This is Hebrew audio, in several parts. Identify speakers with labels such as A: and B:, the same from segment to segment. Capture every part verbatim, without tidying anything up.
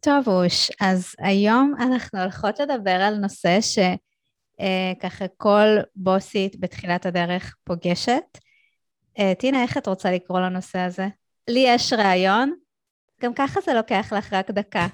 A: טוב, אוש, אז היום אנחנו הולכות לדבר על נושא שככה כל בוסית בתחילת הדרך פוגשת. אה, טינה, איך את רוצה לקרוא לנושא הזה? לי יש רעיון, גם ככה זה לוקח לך רק דקה.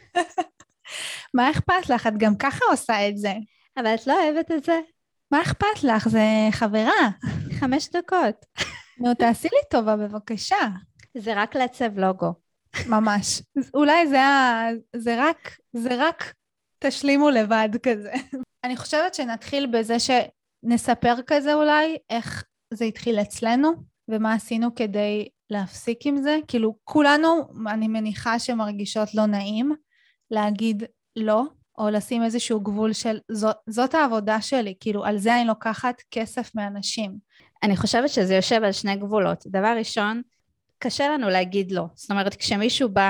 B: מה אכפת לך? את גם ככה עושה את זה.
A: אבל את לא אוהבת את זה?
B: מה אכפת לך? זה חברה.
A: חמש דקות.
B: נו, תעשי לי טובה בבקשה.
A: זה רק לעצב לוגו.
B: ממש. אולי זה, ה... זה רק, זה רק תשלימו לבד כזה. אני חושבת שנתחיל בזה שנספר כזה אולי איך זה התחיל אצלנו, ומה עשינו כדי להפסיק עם זה. כאילו, כולנו, אני מניחה שמרגישות לא נעים להגיד לא, או לשים איזשהו גבול של זאת, זאת העבודה שלי, כאילו על זה אני לוקחת כסף מאנשים.
A: אני חושבת שזה יושב על שני גבולות. דבר ראשון, קשה לנו להגיד לא. זאת אומרת, כשמישהו בא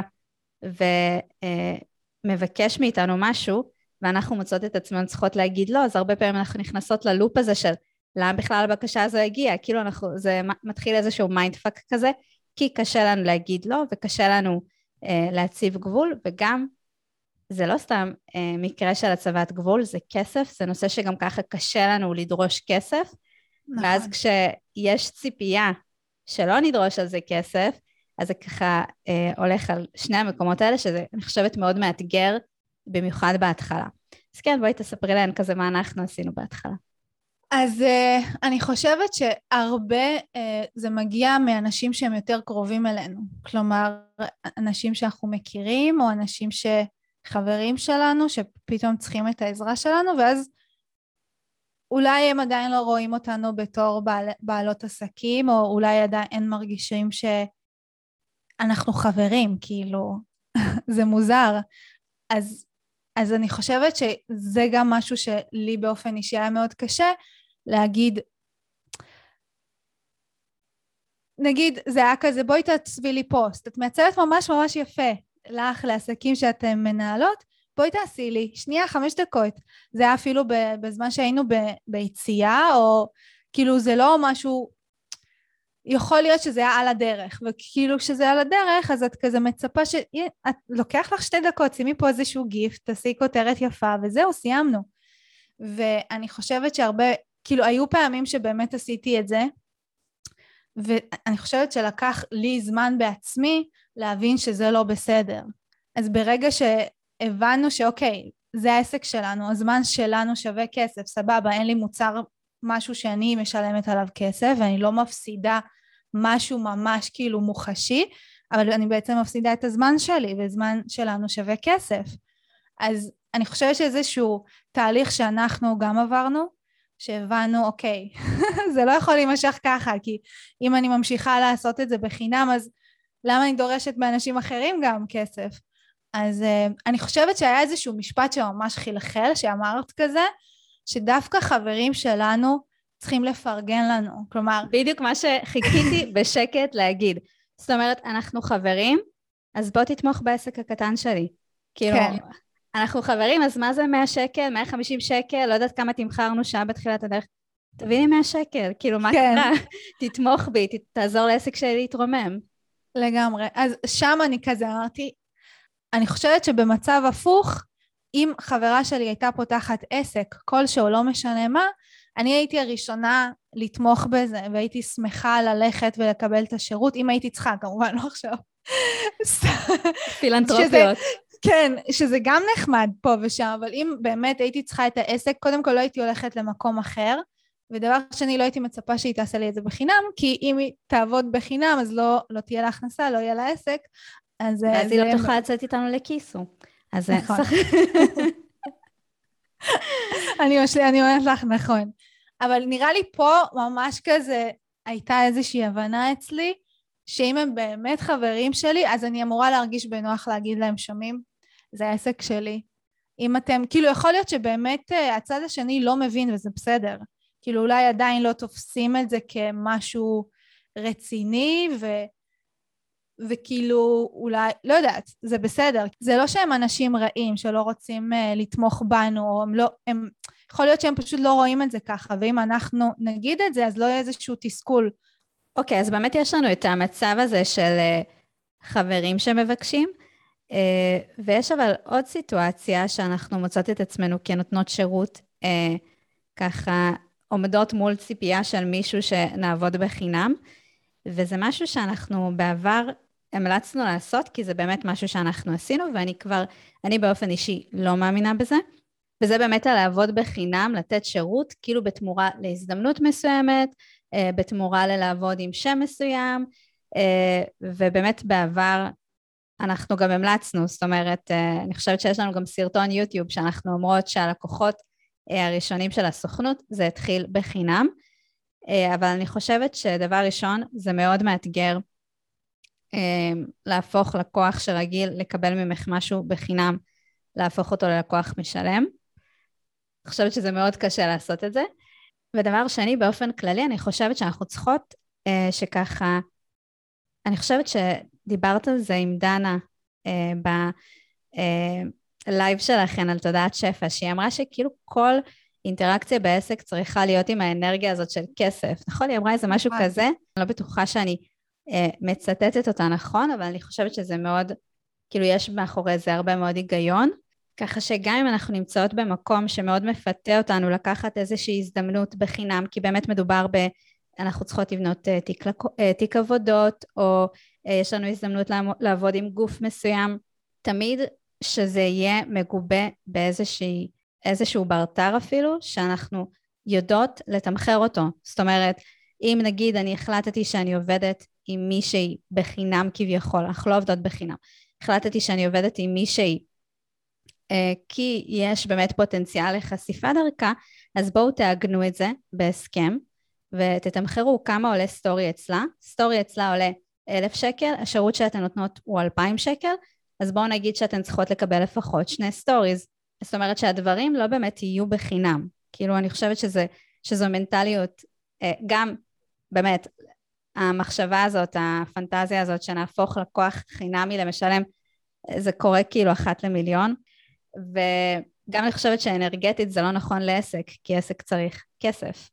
A: ומבקש מאיתנו משהו, ואנחנו מוצאות את עצמנו צריכות להגיד לא, אז הרבה פעמים אנחנו נכנסות ללופ הזה של למה בכלל הבקשה הזו הגיעה, כאילו אנחנו, זה מתחיל איזשהו מיינדפאק כזה, כי קשה לנו להגיד לא, וקשה לנו אה, להציב גבול, וגם זה לא סתם אה, מקרה של הצבת גבול, זה כסף, זה נושא שגם ככה קשה לנו לדרוש כסף,
B: נכון.
A: ואז כשיש ציפייה שלא נדרוש על זה כסף, אז זה ככה אה, הולך על שני המקומות האלה, שזה אני חושבת מאוד מאתגר, במיוחד בהתחלה. אז כן, בואי תספרי להן כזה מה אנחנו עשינו בהתחלה.
B: אז uh, אני חושבת שהרבה uh, זה מגיע מאנשים שהם יותר קרובים אלינו. כלומר, אנשים שאנחנו מכירים, או אנשים שחברים שלנו, שפתאום צריכים את העזרה שלנו, ואז אולי הם עדיין לא רואים אותנו בתור בעל, בעלות עסקים, או אולי עדיין מרגישים שאנחנו חברים, כאילו, זה מוזר. אז, אז אני חושבת שזה גם משהו שלי באופן אישי היה מאוד קשה, להגיד, נגיד, זה היה כזה, בואי תעצבי לי פוסט, את מעצבת ממש ממש יפה, לך לעסקים שאתם מנהלות, בואי תעשי לי, שנייה, חמש דקות. זה היה אפילו בזמן שהיינו ביציאה, או כאילו זה לא משהו, יכול להיות שזה היה על הדרך, וכאילו כשזה על הדרך, אז את כזה מצפה ש... את לוקח לך שתי דקות, שימי פה איזשהו גיפט, תעשי כותרת יפה, וזהו, סיימנו. ואני חושבת שהרבה, כאילו היו פעמים שבאמת עשיתי את זה, ואני חושבת שלקח לי זמן בעצמי להבין שזה לא בסדר. אז ברגע שהבנו שאוקיי, זה העסק שלנו, הזמן שלנו שווה כסף, סבבה, אין לי מוצר, משהו שאני משלמת עליו כסף, ואני לא מפסידה משהו ממש כאילו מוחשי, אבל אני בעצם מפסידה את הזמן שלי, וזמן שלנו שווה כסף. אז אני חושבת שאיזשהו תהליך שאנחנו גם עברנו, שהבנו, אוקיי, זה לא יכול להימשך ככה, כי אם אני ממשיכה לעשות את זה בחינם, אז למה אני דורשת מאנשים אחרים גם כסף? אז uh, אני חושבת שהיה איזשהו משפט שממש חלחל, שאמרת כזה, שדווקא חברים שלנו צריכים לפרגן לנו, כלומר...
A: בדיוק מה שחיכיתי בשקט להגיד. זאת אומרת, אנחנו חברים, אז בוא תתמוך בעסק הקטן שלי. כאילו,
B: כן.
A: אנחנו חברים, אז מה זה מאה שקל, מאה וחמישים שקל, לא יודעת כמה תמכרנו שעה בתחילת הדרך. תביא לי מאה שקל, כאילו, מה
B: כן.
A: קרה? תתמוך בי, ת, תעזור לעסק שלי להתרומם.
B: לגמרי. אז שם אני כזה אמרתי, אני חושבת שבמצב הפוך, אם חברה שלי הייתה פותחת עסק, כלשהו, לא משנה מה, אני הייתי הראשונה לתמוך בזה, והייתי שמחה ללכת ולקבל את השירות, אם הייתי צריכה, כמובן לא עכשיו.
A: פילנטרופיות.
B: שזה, כן, שזה גם נחמד פה ושם, אבל אם באמת הייתי צריכה את העסק, קודם כל לא הייתי הולכת למקום אחר, ודבר שני לא הייתי מצפה שהיא תעשה לי את זה בחינם, כי אם היא תעבוד בחינם, אז לא, לא תהיה לה הכנסה, לא יהיה לה עסק, אז...
A: ואז היא לא תוכל לצאת איתנו לכיסו. אז
B: נכון. אני משלי, אני אומרת לך, נכון. אבל נראה לי פה ממש כזה, הייתה איזושהי הבנה אצלי, שאם הם באמת חברים שלי, אז אני אמורה להרגיש בנוח להגיד להם שומעים, זה העסק שלי. אם אתם, כאילו יכול להיות שבאמת הצד השני לא מבין וזה בסדר. כאילו אולי עדיין לא תופסים את זה כמשהו רציני ו... וכאילו אולי, לא יודעת, זה בסדר. זה לא שהם אנשים רעים שלא רוצים uh, לתמוך בנו, או הם לא, הם, יכול להיות שהם פשוט לא רואים את זה ככה, ואם אנחנו נגיד את זה, אז לא יהיה איזשהו תסכול.
A: אוקיי, אז באמת יש לנו את המצב הזה של uh, חברים שמבקשים, ויש אבל עוד סיטואציה שאנחנו מוצאות את עצמנו כנותנות שירות, ככה עומדות מול ציפייה של מישהו שנעבוד בחינם, וזה משהו שאנחנו בעבר המלצנו לעשות, כי זה באמת משהו שאנחנו עשינו, ואני כבר, אני באופן אישי לא מאמינה בזה, וזה באמת על לעבוד בחינם, לתת שירות, כאילו בתמורה להזדמנות מסוימת, בתמורה ללעבוד עם שם מסוים, ובאמת בעבר אנחנו גם המלצנו, זאת אומרת, אני חושבת שיש לנו גם סרטון יוטיוב, שאנחנו אומרות שהלקוחות הראשונים של הסוכנות, זה התחיל בחינם, אבל אני חושבת שדבר ראשון, זה מאוד מאתגר, להפוך לקוח שרגיל לקבל ממך משהו בחינם, להפוך אותו ללקוח משלם. אני חושבת שזה מאוד קשה לעשות את זה. ודבר שני, באופן כללי, אני חושבת שאנחנו צריכות שככה, אני חושבת שדיברת על זה עם דנה בלייב שלכן על תודעת שפע, שהיא אמרה שכאילו כל אינטראקציה בעסק צריכה להיות עם האנרגיה הזאת של כסף. נכון? היא אמרה איזה משהו כזה, אני לא בטוחה שאני מצטטת אותה נכון, אבל אני חושבת שזה מאוד, כאילו יש מאחורי זה הרבה מאוד היגיון, ככה שגם אם אנחנו נמצאות במקום שמאוד מפתה אותנו לקחת איזושהי הזדמנות בחינם, כי באמת מדובר ב, אנחנו צריכות לבנות תיק, תיק עבודות, או יש לנו הזדמנות לעבוד עם גוף מסוים, תמיד שזה יהיה מגובה באיזושהי, איזשהו ברטר אפילו, שאנחנו יודעות לתמחר אותו. זאת אומרת, אם נגיד אני החלטתי שאני עובדת עם מישהי בחינם כביכול, אנחנו לא עובדות בחינם, החלטתי שאני עובדת עם מישהי, כי יש באמת פוטנציאל לחשיפה דרכה, אז בואו תעגנו את זה בהסכם, ותתמחרו כמה עולה סטורי אצלה. סטורי אצלה עולה אלף שקל, השירות שאתן נותנות הוא אלפיים שקל, אז בואו נגיד שאתן צריכות לקבל לפחות שני סטוריז. זאת אומרת שהדברים לא באמת יהיו בחינם. כאילו אני חושבת שזה, שזו מנטליות, גם באמת, המחשבה הזאת, הפנטזיה הזאת, שנהפוך לקוח חינמי למשלם, זה קורה כאילו אחת למיליון, וגם אני חושבת שאנרגטית זה לא נכון לעסק, כי עסק צריך כסף.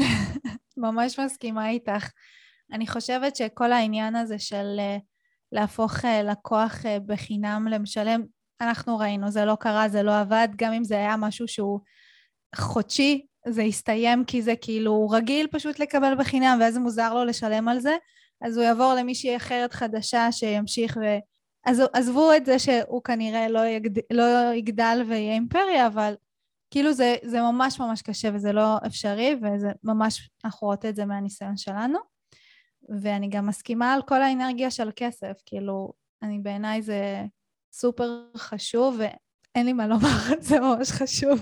B: ממש מסכימה איתך. אני חושבת שכל העניין הזה של להפוך לקוח בחינם למשלם, אנחנו ראינו, זה לא קרה, זה לא עבד, גם אם זה היה משהו שהוא חודשי, זה הסתיים כי זה כאילו רגיל פשוט לקבל בחינם, ואז מוזר לו לשלם על זה, אז הוא יעבור למישהי אחרת חדשה שימשיך ו... אז עזבו את זה שהוא כנראה לא, יגד... לא יגדל ויהיה אימפריה, אבל כאילו זה, זה ממש ממש קשה וזה לא אפשרי, וזה ממש, אנחנו רואות את זה מהניסיון שלנו, ואני גם מסכימה על כל האנרגיה של כסף, כאילו אני בעיניי זה סופר חשוב, ואין לי מה לומר, זה ממש חשוב.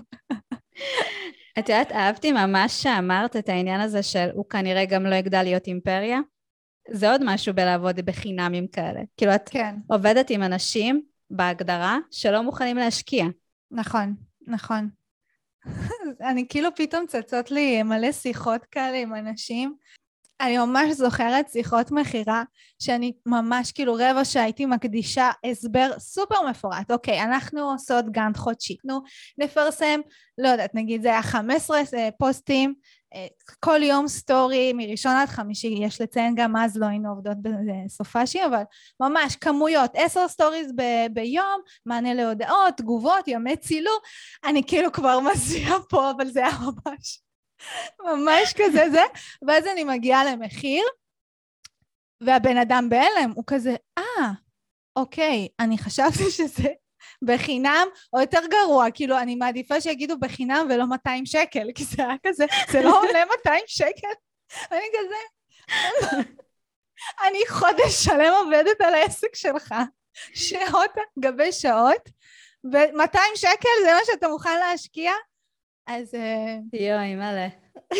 A: את יודעת, אהבתי ממש שאמרת את העניין הזה של הוא כנראה גם לא יגדל להיות אימפריה, זה עוד משהו בלעבוד בחינמים כאלה. כאילו את כן. עובדת עם אנשים בהגדרה שלא מוכנים להשקיע.
B: נכון, נכון. אני כאילו פתאום צצות לי מלא שיחות כאלה עם אנשים. אני ממש זוכרת שיחות מחירה שאני ממש כאילו רבע שהייתי מקדישה הסבר סופר מפורט. אוקיי, אנחנו עושות גאנט חודשי. אנחנו נפרסם, לא יודעת, נגיד זה היה חמישה עשר פוסטים, כל יום סטורי מראשון עד חמישי, יש לציין גם אז לא היינו עובדות בסופשי, אבל ממש כמויות, עשר סטוריז ב- ביום, מענה להודעות, תגובות, ימי צילום, אני כאילו כבר מזיעה פה, אבל זה היה ממש, ממש כזה זה, ואז אני מגיעה למחיר, והבן אדם בהלם, הוא כזה, אה, אוקיי, אני חשבתי שזה בחינם, או יותר גרוע, כאילו אני מעדיפה שיגידו בחינם ולא מאתיים שקל, כי זה היה כזה, זה לא עולה מאתיים שקל, אני כזה, אני חודש שלם עובדת על העסק שלך, שעות גבי שעות, ו-מאתיים שקל זה מה שאתה מוכן להשקיע, אז...
A: יואי, מלא.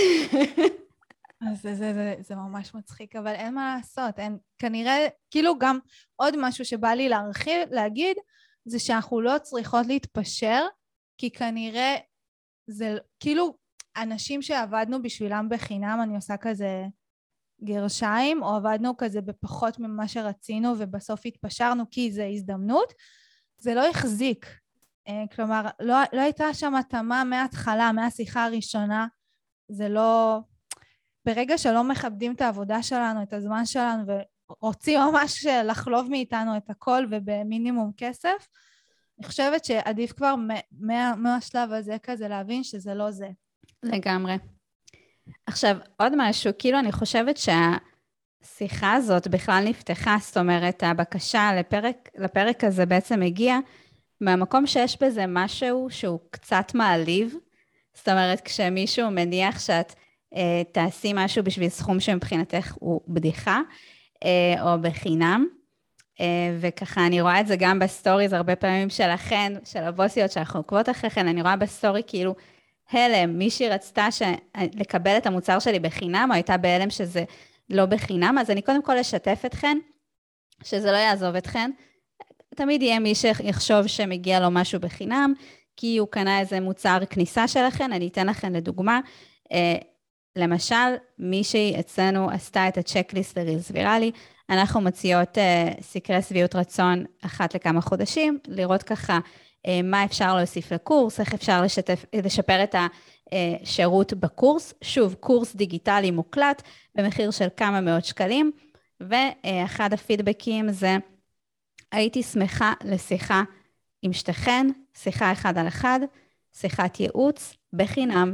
B: אז זה, זה, זה, זה ממש מצחיק, אבל אין מה לעשות, אין, כנראה, כאילו גם עוד משהו שבא לי להרחיב, להגיד, זה שאנחנו לא צריכות להתפשר, כי כנראה זה כאילו אנשים שעבדנו בשבילם בחינם, אני עושה כזה גרשיים, או עבדנו כזה בפחות ממה שרצינו, ובסוף התפשרנו כי זה הזדמנות, זה לא החזיק. כלומר, לא, לא הייתה שם התאמה מההתחלה, מהשיחה הראשונה, זה לא... ברגע שלא מכבדים את העבודה שלנו, את הזמן שלנו, רוצים ממש לחלוב מאיתנו את הכל ובמינימום כסף, אני חושבת שעדיף כבר מה, מהשלב הזה כזה להבין שזה לא זה.
A: לגמרי. עכשיו, עוד משהו, כאילו אני חושבת שהשיחה הזאת בכלל נפתחה, זאת אומרת, הבקשה לפרק, לפרק הזה בעצם הגיע, מהמקום שיש בזה משהו שהוא קצת מעליב, זאת אומרת, כשמישהו מניח שאת אה, תעשי משהו בשביל סכום שמבחינתך הוא בדיחה, אה, או בחינם, אה, וככה אני רואה את זה גם בסטוריז, הרבה פעמים שלכן, של הבוסיות שאנחנו עוקבות אחריכן, אני רואה בסטורי כאילו, הלם, מישהי רצתה ש... לקבל את המוצר שלי בחינם, או הייתה בהלם שזה לא בחינם, אז אני קודם כל אשתף אתכן, שזה לא יעזוב אתכן, תמיד יהיה מי שיחשוב שמגיע לו משהו בחינם, כי הוא קנה איזה מוצר כניסה שלכן, אני אתן לכן לדוגמה, אה, למשל, מישהי אצלנו עשתה את הצ'קליסט לרילס ויראלי, אנחנו מציעות אה, סקרי שביעות רצון אחת לכמה חודשים, לראות ככה אה, מה אפשר להוסיף לקורס, איך אפשר לשתף, לשפר את השירות בקורס, שוב, קורס דיגיטלי מוקלט, במחיר של כמה מאות שקלים, ואחד הפידבקים זה, הייתי שמחה לשיחה עם שתיכן, שיחה אחד על אחד, שיחת ייעוץ בחינם.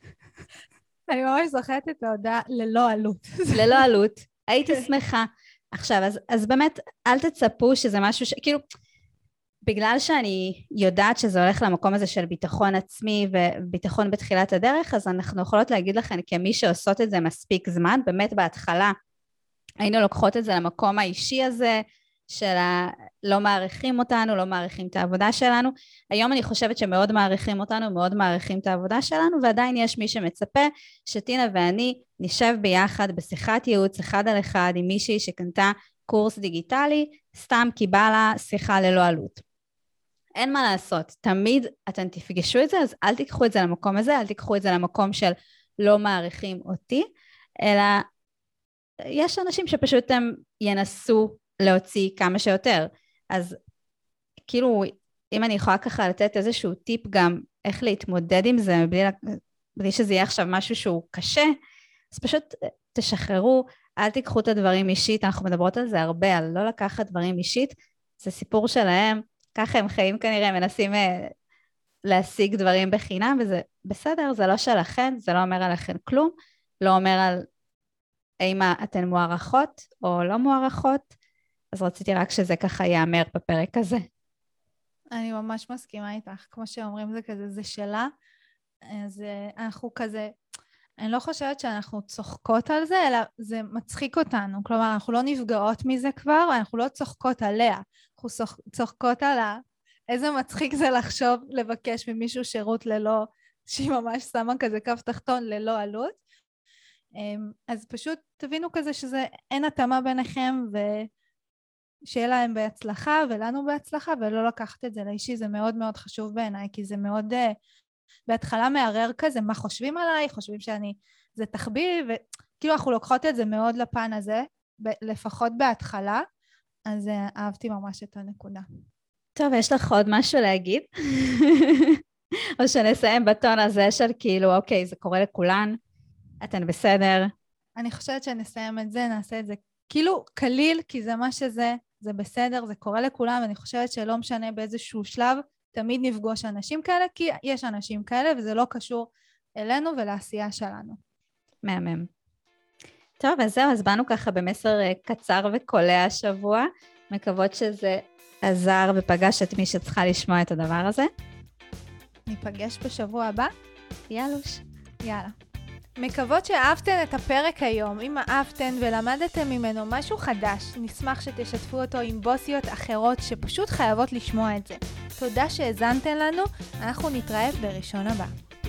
B: אני ממש זוכרת את ההודעה ללא עלות.
A: ללא עלות, הייתי שמחה. עכשיו, אז, אז באמת, אל תצפו שזה משהו ש... כאילו, בגלל שאני יודעת שזה הולך למקום הזה של ביטחון עצמי וביטחון בתחילת הדרך, אז אנחנו יכולות להגיד לכם כמי שעושות את זה מספיק זמן, באמת בהתחלה היינו לוקחות את זה למקום האישי הזה, של ה... לא מעריכים אותנו, לא מעריכים את העבודה שלנו. היום אני חושבת שמאוד מעריכים אותנו, מאוד מעריכים את העבודה שלנו, ועדיין יש מי שמצפה שטינה ואני נשב ביחד בשיחת ייעוץ אחד על אחד עם מישהי שקנתה קורס דיגיטלי, סתם כי בא לה שיחה ללא עלות. אין מה לעשות, תמיד אתם תפגשו את זה, אז אל תיקחו את זה למקום הזה, אל תיקחו את זה למקום של לא מעריכים אותי, אלא יש אנשים שפשוט הם ינסו להוציא כמה שיותר. אז כאילו, אם אני יכולה ככה לתת איזשהו טיפ גם איך להתמודד עם זה, בלי, בלי שזה יהיה עכשיו משהו שהוא קשה, אז פשוט תשחררו, אל תיקחו את הדברים אישית, אנחנו מדברות על זה הרבה, על לא לקחת דברים אישית, זה סיפור שלהם, ככה הם חיים כנראה, מנסים להשיג דברים בחינם, וזה בסדר, זה לא שלכם, זה לא אומר עליכם כלום, לא אומר על האם אתן מוערכות או לא מוערכות, אז רציתי רק שזה ככה יאמר בפרק הזה.
B: אני ממש מסכימה איתך, כמו שאומרים זה כזה, זה שלה, אז אנחנו כזה, אני לא חושבת שאנחנו צוחקות על זה, אלא זה מצחיק אותנו, כלומר אנחנו לא נפגעות מזה כבר, אנחנו לא צוחקות עליה, אנחנו צוחקות על איזה מצחיק זה לחשוב לבקש ממישהו שירות ללא, שהיא ממש שמה כזה כף תחתון ללא עלות, אז פשוט תבינו כזה שזה אין התאמה ביניכם, ושיהיה להם בהצלחה ולנו בהצלחה, ולא לקחת את זה לאישי, זה מאוד מאוד חשוב בעיניי, כי זה מאוד בהתחלה מערער כזה, מה חושבים עליי, חושבים שאני, זה תחביב, וכאילו אנחנו לוקחות את זה מאוד לפן הזה, לפחות בהתחלה, אז אהבתי ממש את הנקודה.
A: טוב, יש לך עוד משהו להגיד? או שנסיים בטון הזה של כאילו, אוקיי, זה קורה לכולן, אתן בסדר?
B: אני חושבת שנסיים את זה, נעשה את זה כאילו קליל, כי זה מה שזה, זה בסדר, זה קורה לכולם, ואני חושבת שלא משנה באיזשהו שלב, תמיד נפגוש אנשים כאלה, כי יש אנשים כאלה, וזה לא קשור אלינו ולעשייה שלנו.
A: מהמם. טוב, אז זהו, אז באנו ככה במסר קצר וקולע השבוע, מקוות שזה עזר ופגש את מי שצריכה לשמוע את הדבר הזה.
B: ניפגש בשבוע הבא?
A: יאלוש.
B: יאללה. מקוות שאהבתן את הפרק היום. אם אהבתן ולמדתם ממנו משהו חדש, נשמח שתשתפו אותו עם בוסיות אחרות שפשוט חייבות לשמוע את זה. תודה שהזנתן לנו, אנחנו נתראה בראשון הבא.